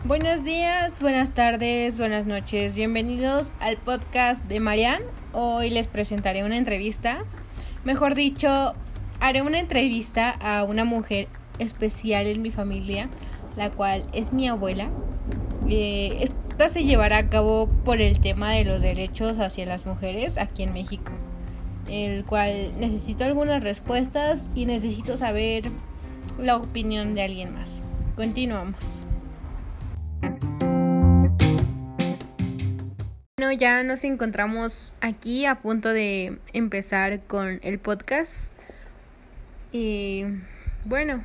Buenos días, buenas tardes, buenas noches. Bienvenidos al podcast de Marian. Hoy les presentaré una entrevista. Mejor dicho, haré una entrevista a una mujer especial en mi familia, la cual es mi abuela. Esta se llevará a cabo por el tema de los derechos hacia las mujeres aquí en México, el cual necesito algunas respuestas y necesito saber la opinión de alguien más. Continuamos. Bueno, ya nos encontramos aquí a punto de empezar con el podcast. Y bueno,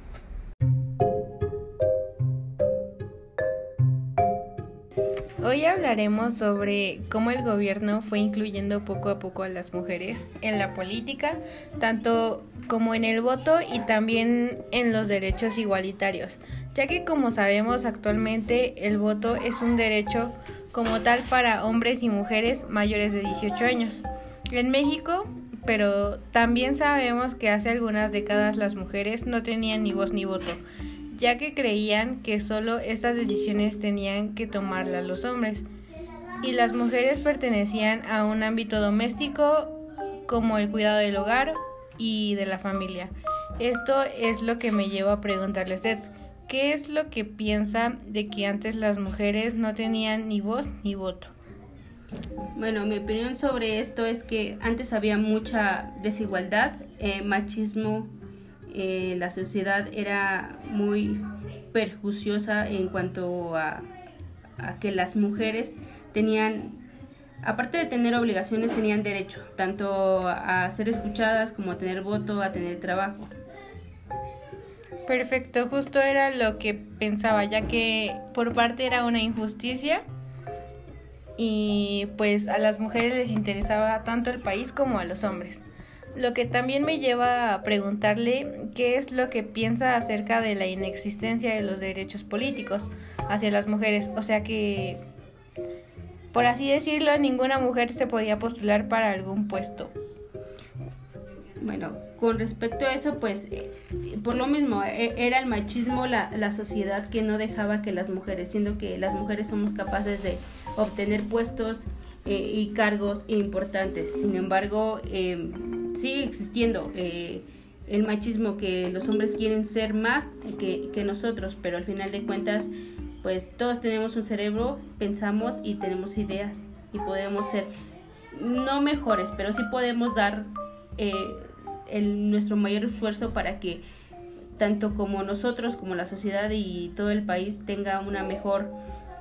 hoy hablaremos sobre cómo el gobierno fue incluyendo poco a poco a las mujeres en la política, tanto como en el voto y también en los derechos igualitarios, ya que como sabemos actualmente el voto es un derecho como tal para hombres y mujeres mayores de 18 años en México, pero también sabemos que hace algunas décadas las mujeres no tenían ni voz ni voto, ya que creían que solo estas decisiones tenían que tomarlas los hombres, y las mujeres pertenecían a un ámbito doméstico como el cuidado del hogar y de la familia. Esto es lo que me lleva a preguntarle a usted, ¿qué es lo que piensa de que antes las mujeres no tenían ni voz ni voto? Bueno, mi opinión sobre esto es que antes había mucha desigualdad, machismo. La sociedad era muy perjuiciosa en cuanto a que las mujeres tenían, aparte de tener obligaciones, tenían derecho tanto a ser escuchadas como a tener voto, a tener trabajo. Perfecto, justo era lo que pensaba, ya que por parte era una injusticia y pues a las mujeres les interesaba tanto el país como a los hombres. Lo que también me lleva a preguntarle qué es lo que piensa acerca de la inexistencia de los derechos políticos hacia las mujeres, o sea que, por así decirlo, ninguna mujer se podía postular para algún puesto. Bueno, con respecto a eso, pues por lo mismo, era el machismo, la sociedad que no dejaba que las mujeres, siendo que las mujeres somos capaces de obtener puestos y cargos importantes. Sin embargo, sigue existiendo el machismo, que los hombres quieren ser más que nosotros, pero al final de cuentas, pues todos tenemos un cerebro, pensamos y tenemos ideas y podemos ser no mejores, pero sí podemos dar nuestro mayor esfuerzo para que tanto como nosotros, como la sociedad y todo el país tenga una mejor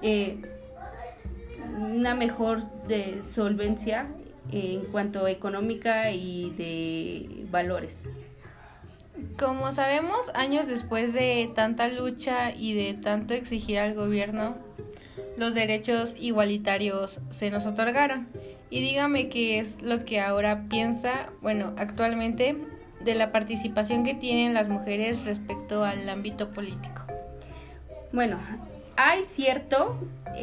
solvencia en cuanto a económica y de valores. Como sabemos, años después de tanta lucha y de tanto exigir al gobierno, los derechos igualitarios se nos otorgaron. Y dígame qué es lo que ahora piensa, actualmente, de la participación que tienen las mujeres respecto al ámbito político. Bueno, hay cierto,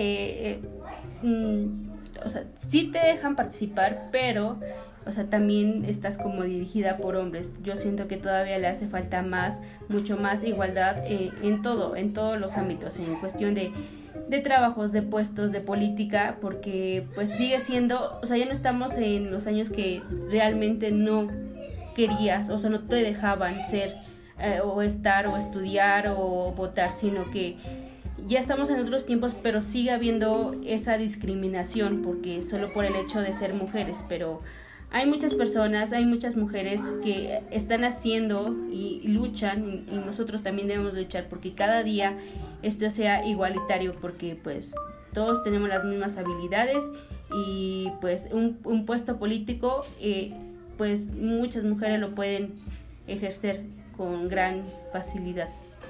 sí te dejan participar, pero, también estás como dirigida por hombres. Yo siento que todavía le hace falta mucho más igualdad en todos los ámbitos, en cuestión de trabajos, de puestos, de política, porque pues sigue siendo, ya no estamos en los años que realmente no querías, no te dejaban ser o estar o estudiar o votar, sino que ya estamos en otros tiempos, pero sigue habiendo esa discriminación porque solo por el hecho de ser mujeres, pero hay muchas personas, hay muchas mujeres que están haciendo y luchan, y nosotros también debemos luchar porque cada día esto sea igualitario, porque pues todos tenemos las mismas habilidades y pues un puesto político pues muchas mujeres lo pueden ejercer con gran facilidad.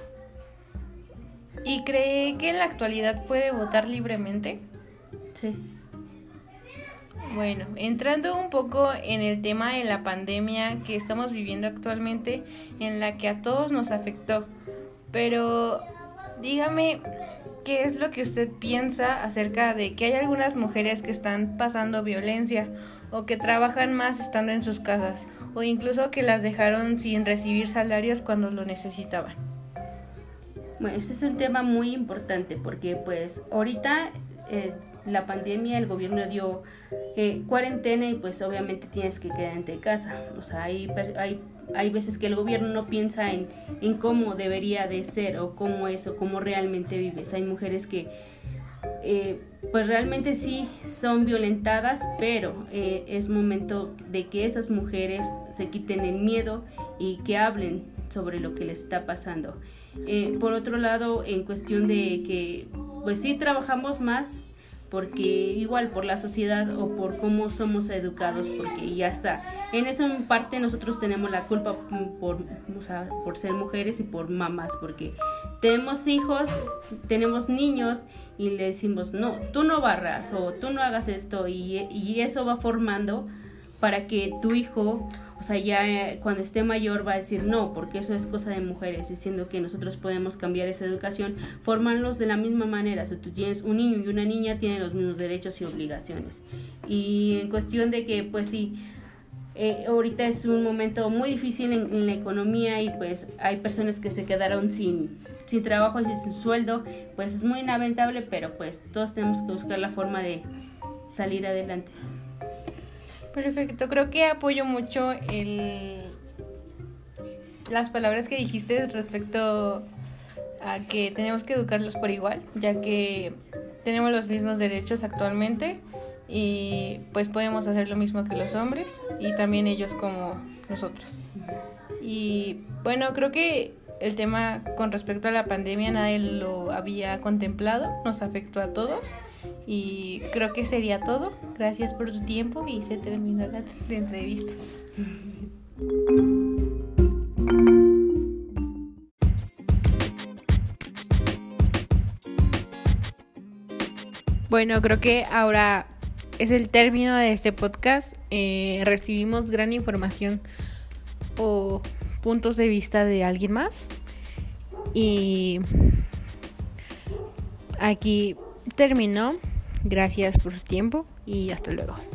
¿Y cree que en la actualidad puede votar libremente? Sí. Bueno, entrando un poco en el tema de la pandemia que estamos viviendo actualmente, en la que a todos nos afectó, pero dígame, ¿qué es lo que usted piensa acerca de que hay algunas mujeres que están pasando violencia o que trabajan más estando en sus casas, o incluso que las dejaron sin recibir salarios cuando lo necesitaban? Bueno, este es un tema muy importante porque pues ahorita la pandemia, el gobierno dio cuarentena y pues obviamente tienes que quedarte en casa. O sea, hay veces que el gobierno no piensa en cómo debería de ser o cómo es o cómo realmente vives. Hay mujeres que pues realmente sí son violentadas, pero es momento de que esas mujeres se quiten el miedo y que hablen sobre lo que les está pasando. Por otro lado, en cuestión de que pues sí trabajamos más, porque igual por la sociedad o por cómo somos educados, porque ya está. En eso en parte nosotros tenemos la culpa por ser mujeres y por mamás, porque tenemos hijos, tenemos niños y le decimos, no, tú no barras o tú no hagas esto y eso va formando para que tu hijo, o sea, ya cuando esté mayor va a decir no, porque eso es cosa de mujeres, diciendo que nosotros podemos cambiar esa educación, formarlos de la misma manera. Si tú tienes un niño y una niña, tienen los mismos derechos y obligaciones. Y en cuestión de que, pues sí, ahorita es un momento muy difícil en la economía y pues hay personas que se quedaron sin trabajo y sin sueldo, pues es muy lamentable, pero pues todos tenemos que buscar la forma de salir adelante. Perfecto, creo que apoyo mucho las palabras que dijiste respecto a que tenemos que educarlos por igual, ya que tenemos los mismos derechos actualmente y pues podemos hacer lo mismo que los hombres y también ellos como nosotros. Y bueno, creo que el tema con respecto a la pandemia nadie lo había contemplado, nos afectó a todos. Y creo que sería todo. Gracias por tu tiempo y se terminó la entrevista. Bueno, creo que ahora es el término de este podcast. Recibimos gran información o puntos de vista de alguien más. Y aquí terminó. Gracias por su tiempo y hasta luego.